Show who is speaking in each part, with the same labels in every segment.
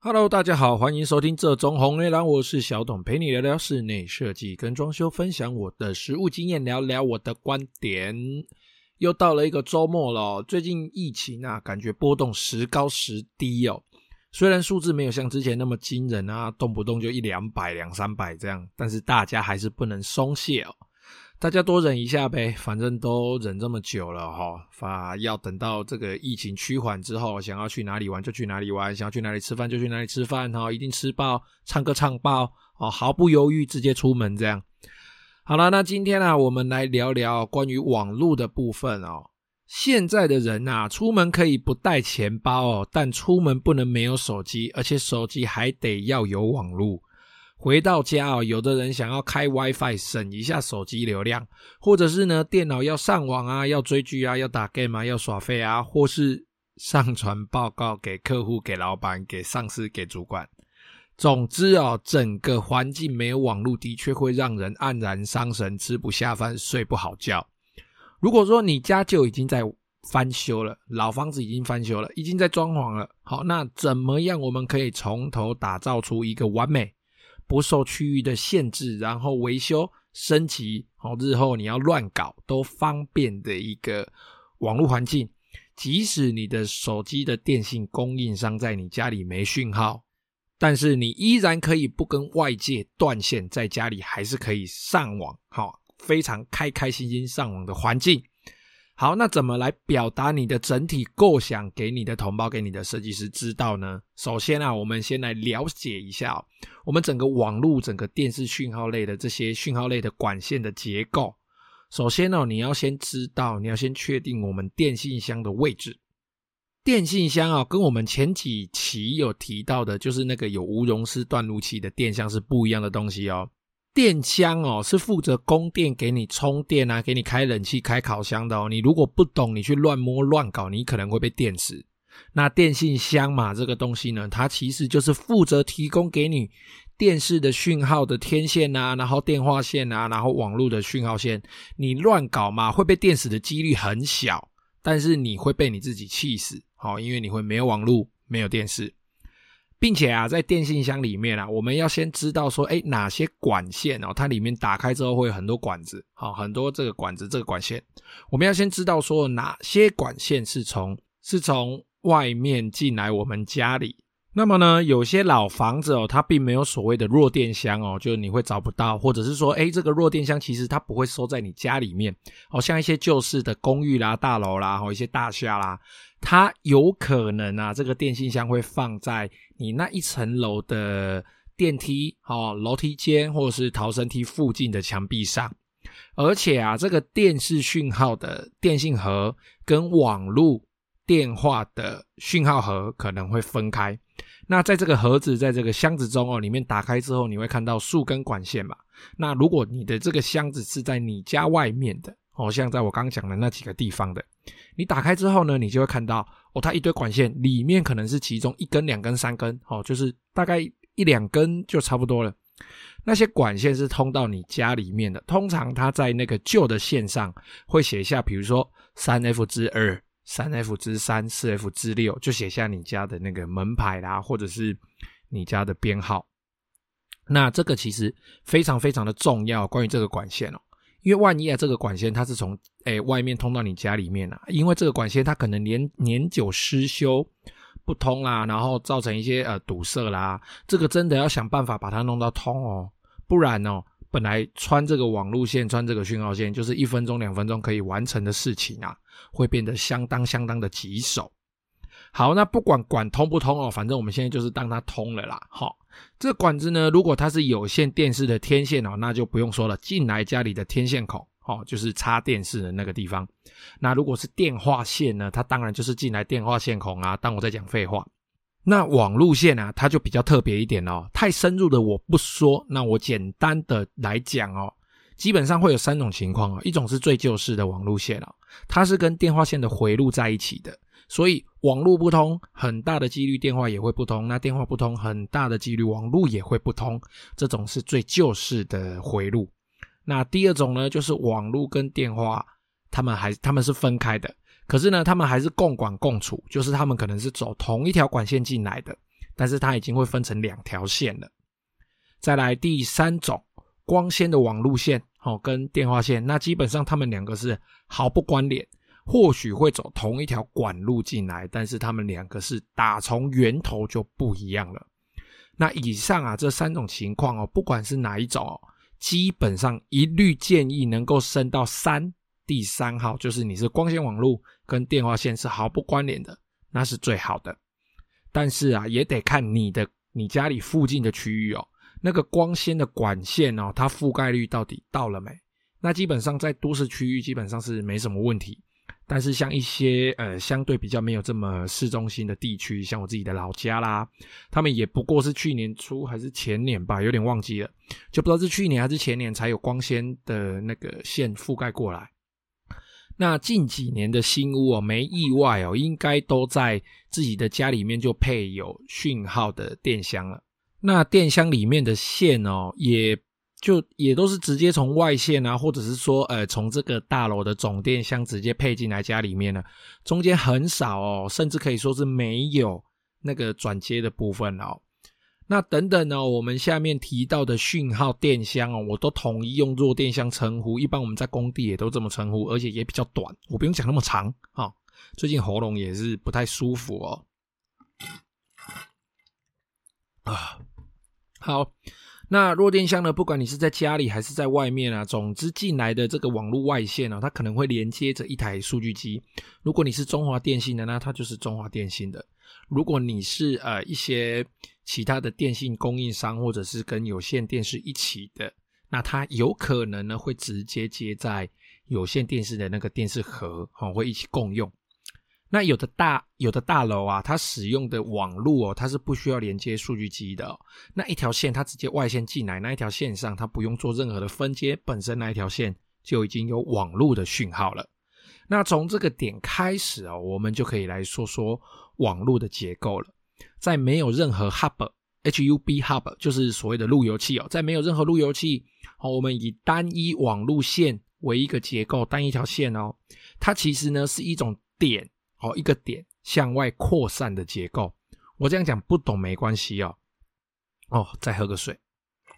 Speaker 1: Hello， 大家好，欢迎收听这中红内栏，我是小董，陪你聊聊室内设计跟装修，分享我的实务经验，聊聊我的观点。又到了一个周末了，最近疫情啊，感觉波动时高时低哦。虽然数字没有像之前那么惊人啊，动不动就100-200、200-300这样，但是大家还是不能松懈哦。大家多忍一下呗，反正都忍这么久了要等到这个疫情趋缓之后，想要去哪里玩就去哪里玩，想要去哪里吃饭就去哪里吃饭一定吃爆，唱歌唱爆毫不犹豫直接出门这样。好了，那今天我们来聊聊关于网络的部分现在的人出门可以不带钱包但出门不能没有手机，而且手机还得要有网络。回到家有的人想要开 WiFi 省一下手机流量，或者是呢电脑要上网要追剧要打 game要耍废或是上传报告给客户、给老板、给上司、给主管。总之整个环境没有网络的确会让人黯然伤神，吃不下饭，睡不好觉。如果说你家就已经在翻修了，老房子已经翻修了，已经在装潢了，好，那怎么样我们可以从头打造出一个完美不受区域的限制，然后维修升级日后你要乱搞都方便的一个网络环境。即使你的手机的电信供应商在你家里没讯号，但是你依然可以不跟外界断线，在家里还是可以上网非常开心心上网的环境。好，那怎么来表达你的整体构想给你的同胞、给你的设计师知道呢？首先我们先来了解一下我们整个网络、整个电视讯号类的这些讯号类的管线的结构。首先你要先知道，你要先确定我们电信箱的位置。电信箱跟我们前几期有提到的，就是那个有无熔丝断路器的电箱是不一样的东西电箱是负责供电给你充电给你开冷气、开烤箱的你如果不懂，你去乱摸乱搞，你可能会被电死。那电信箱嘛，这个东西呢，它其实就是负责提供给你电视的讯号的天线然后电话线然后网络的讯号线。你乱搞嘛，会被电死的几率很小，但是你会被你自己气死因为你会没有网络、没有电视。并且在电信箱里面我们要先知道说哪些管线它里面打开之后会有很多管子很多这个管子、这个管线，我们要先知道说哪些管线是从外面进来我们家里。那么呢，有些老房子它并没有所谓的弱电箱就是你会找不到，或者是说这个弱电箱其实它不会收在你家里面像一些旧式的公寓啦、大楼啦一些大厦啦，它有可能这个电信箱会放在你那一层楼的电梯楼梯间或者是逃生梯附近的墙壁上。而且这个电视讯号的电信盒跟网络电话的讯号盒可能会分开。那在这个盒子、在这个箱子中里面打开之后，你会看到数根管线嘛。那如果你的这个箱子是在你家外面的像在我刚讲的那几个地方的，你打开之后呢，你就会看到它一堆管线，里面可能是其中1根、2根、3根就是大概1-2根就差不多了。那些管线是通到你家里面的，通常它在那个旧的线上会写下比如说 3F+2 3F+3 4F+6， 就写下你家的那个门牌啦，或者是你家的编号。那这个其实非常非常的重要，关于这个管线因为万一这个管线它是从外面通到你家里面因为这个管线它可能年久失修不通啦，然后造成一些堵塞啦，这个真的要想办法把它弄到通不然本来穿这个网路线、穿这个讯号线就是1分钟2分钟可以完成的事情会变得相当的棘手。好，那不管管通不通反正我们现在就是当它通了啦这个管子呢，如果它是有线电视的天线那就不用说了，进来家里的天线孔就是插电视的那个地方。那如果是电话线呢，它当然就是进来电话线孔当我在讲废话。那网路线它就比较特别一点太深入的我不说，那我简单的来讲基本上会有3种情况一种是最旧式的网路线它是跟电话线的回路在一起的，所以网路不通，很大的几率电话也会不通，那电话不通，很大的几率网路也会不通，这种是最旧式的回路。那第二种呢，就是网路跟电话他们是分开的，可是呢他们还是共管共处，就是他们可能是走同一条管线进来的， 但是它已经会分成2条线了。再来第3种，光纤的网路线跟电话线，那基本上它们2个是毫不关联，或许会走同一条管路进来，但是它们2个是打从源头就不一样了。那以上这3种情况不管是哪一种基本上一律建议能够升到第3号，就是你是光纤网路跟电话线是毫不关联的，那是最好的。但是也得看你家里附近的区域那个光纤的管线它覆盖率到底到了没？那基本上在都市区域基本上是没什么问题，但是像一些相对比较没有这么市中心的地区，像我自己的老家啦，他们也不过是去年初还是前年吧，有点忘记了，就不知道是去年还是前年才有光纤的那个线覆盖过来。那近几年的新屋没意外应该都在自己的家里面就配有讯号的电箱了。那电箱里面的线也都是直接从外线或者是说从这个大楼的总电箱直接配进来家里面了，中间很少甚至可以说是没有那个转接的部分那等等我们下面提到的讯号电箱我都统一用弱电箱称呼，一般我们在工地也都这么称呼，而且也比较短，我不用讲那么长最近喉咙也是不太舒服好，那弱电箱呢，不管你是在家里还是在外面总之进来的这个网络外线它可能会连接着一台数据机。如果你是中华电信的，那它就是中华电信的；如果你是一些其他的电信供应商或者是跟有线电视一起的，那它有可能呢会直接接在有线电视的那个电视盒会一起共用。那有的大楼它使用的网路它是不需要连接数据机的那一条线它直接外线进来，那一条线上它不用做任何的分接，本身那一条线就已经有网路的讯号了。那从这个点开始我们就可以来说说网路的结构了。在没有任何 hub hub 就是所谓的路由器在没有任何路由器我们以单一网路线为一个结构，单一条线它其实呢是一种点一个点向外扩散的结构。我这样讲不懂没关系再喝个水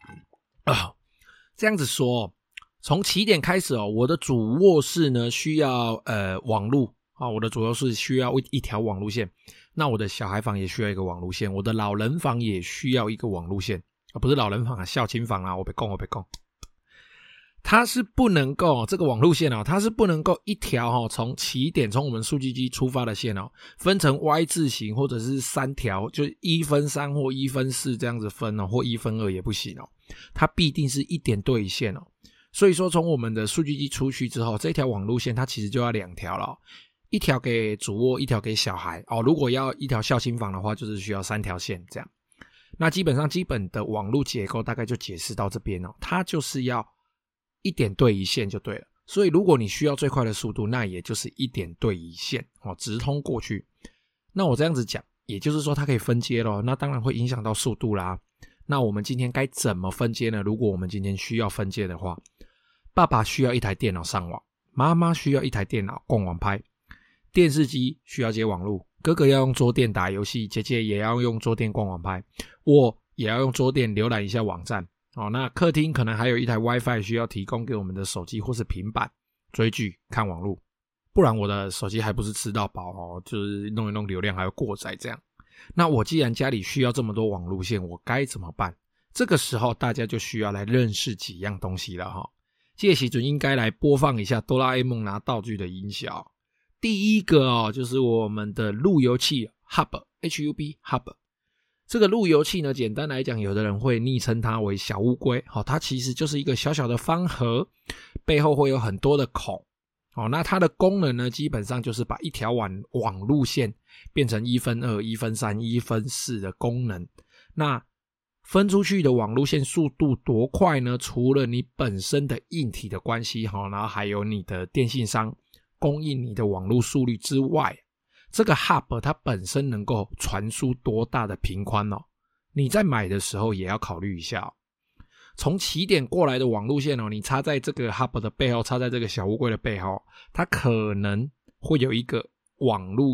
Speaker 1: 这样子说从起点开始我的主卧室呢需要网路我的主卧室需要一条网路线，那我的小孩房也需要一个网路线，我的老人房也需要一个网路线不是老人房孝亲房我别讲它是不能够这个网路线它是不能够一条从起点从我们数据机出发的线分成 Y 字形或者是3条，就1/3或1/4这样子分或1/2也不行它必定是一点对一线所以说从我们的数据机出去之后，这条网路线它其实就要2条了一条给主卧，一条给小孩如果要一条孝亲房的话，就是需要3条线这样。那基本上基本的网路结构大概就解释到这边它就是要一点对一线就对了。所以如果你需要最快的速度，那也就是一点对一线直通过去。那我这样子讲也就是说它可以分接咯，那当然会影响到速度啦。那我们今天该怎么分接呢？如果我们今天需要分接的话，爸爸需要一台电脑上网，妈妈需要一台电脑逛网拍，电视机需要接网路，哥哥要用桌垫打游戏，姐姐也要用桌垫逛网拍，我也要用桌垫浏览一下网站那客厅可能还有一台 WiFi 需要提供给我们的手机或是平板追剧看网路，不然我的手机还不是吃到饱就是弄一弄流量还要过载这样。那我既然家里需要这么多网路线，我该怎么办？这个时候大家就需要来认识几样东西了这时候应该来播放一下哆啦 A 梦拿道具的音效。第一个就是我们的路由器 hub hub。这个路由器呢，简单来讲有的人会昵称它为小乌龟它其实就是一个小小的方盒，背后会有很多的孔那它的功能呢，基本上就是把一条网路线变成1/2 1/3 1/4的功能。那分出去的网路线速度多快呢？除了你本身的硬体的关系然后还有你的电信商供应你的网路速率之外，这个 hub 它本身能够传输多大的频宽你在买的时候也要考虑一下从起点过来的网路线你插在这个 hub 的背后，插在这个小乌龟的背后，它可能会有一个网路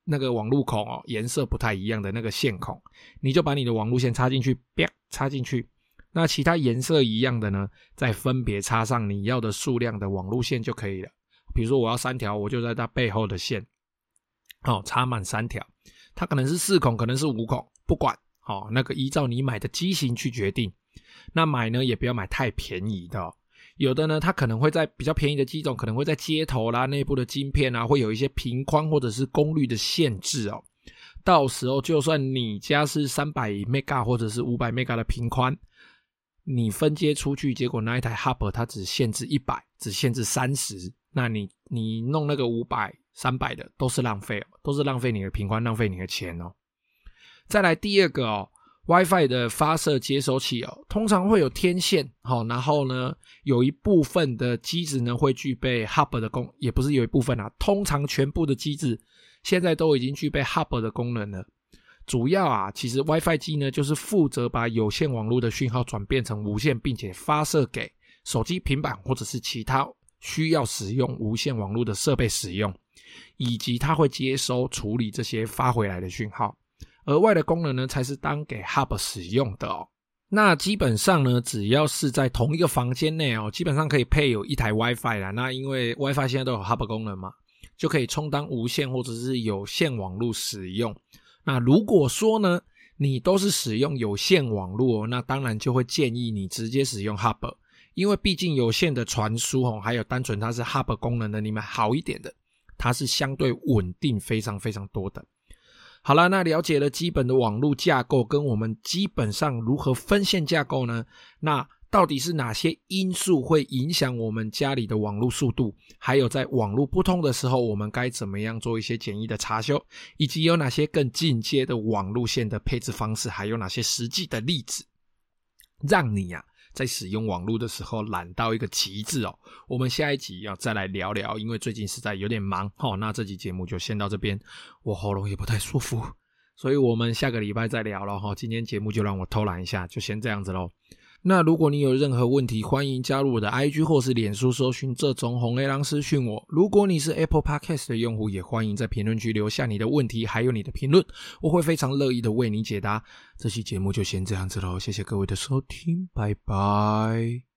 Speaker 1: 那个网路孔颜色不太一样的那个线孔，你就把你的网路线插进去，插进去。那其他颜色一样的呢，再分别插上你要的数量的网路线就可以了。比如说我要3条，我就在它背后的线插满3条，它可能是4孔，可能是5孔，不管那个依照你买的机型去决定。那买呢也不要买太便宜的有的呢它可能会在比较便宜的机种可能会在接头啦、内部的晶片啊，会有一些频宽或者是功率的限制到时候就算你家是300 mega 或者是500 mega 的频宽，你分接出去，结果那一台 Hub 它只限制100，只限制30，那你弄那个500、300的都是浪费都是浪费你的频宽，浪费你的钱再来第二个Wi-Fi 的发射接收器通常会有天线然后呢有一部分的机子呢会具备 Hub 的也不是有一部分通常全部的机子现在都已经具备 Hub 的功能了。主要其实 Wi-Fi 机呢就是负责把有线网络的讯号转变成无线，并且发射给手机、平板或者是其他需要使用无线网络的设备使用，以及它会接收处理这些发回来的讯号。额外的功能呢才是当给 Hub 使用的那基本上呢只要是在同一个房间内基本上可以配有一台 Wi-Fi 啦。那因为 Wi-Fi 现在都有 Hub 功能嘛，就可以充当无线或者是有线网络使用。那如果说呢你都是使用有线网络那当然就会建议你直接使用 Hub， 因为毕竟有线的传输还有单纯它是 Hub 功能的，你们好一点的它是相对稳定非常非常多的。好啦，那了解了基本的网络架构跟我们基本上如何分线架构呢，那到底是哪些因素会影响我们家里的网络速度，还有在网络不通的时候我们该怎么样做一些简易的查修，以及有哪些更进阶的网路线的配置方式，还有哪些实际的例子让你在使用网络的时候懒到一个极致我们下一集要再来聊聊，因为最近实在有点忙那这集节目就先到这边，我喉咙也不太舒服，所以我们下个礼拜再聊咯今天节目就让我偷懒一下，就先这样子咯。那如果你有任何问题，欢迎加入我的 IG 或是脸书搜寻这种红 A 狼私讯我。如果你是 Apple Podcast 的用户，也欢迎在评论区留下你的问题还有你的评论，我会非常乐意的为你解答。这期节目就先这样子咯，谢谢各位的收听，拜拜。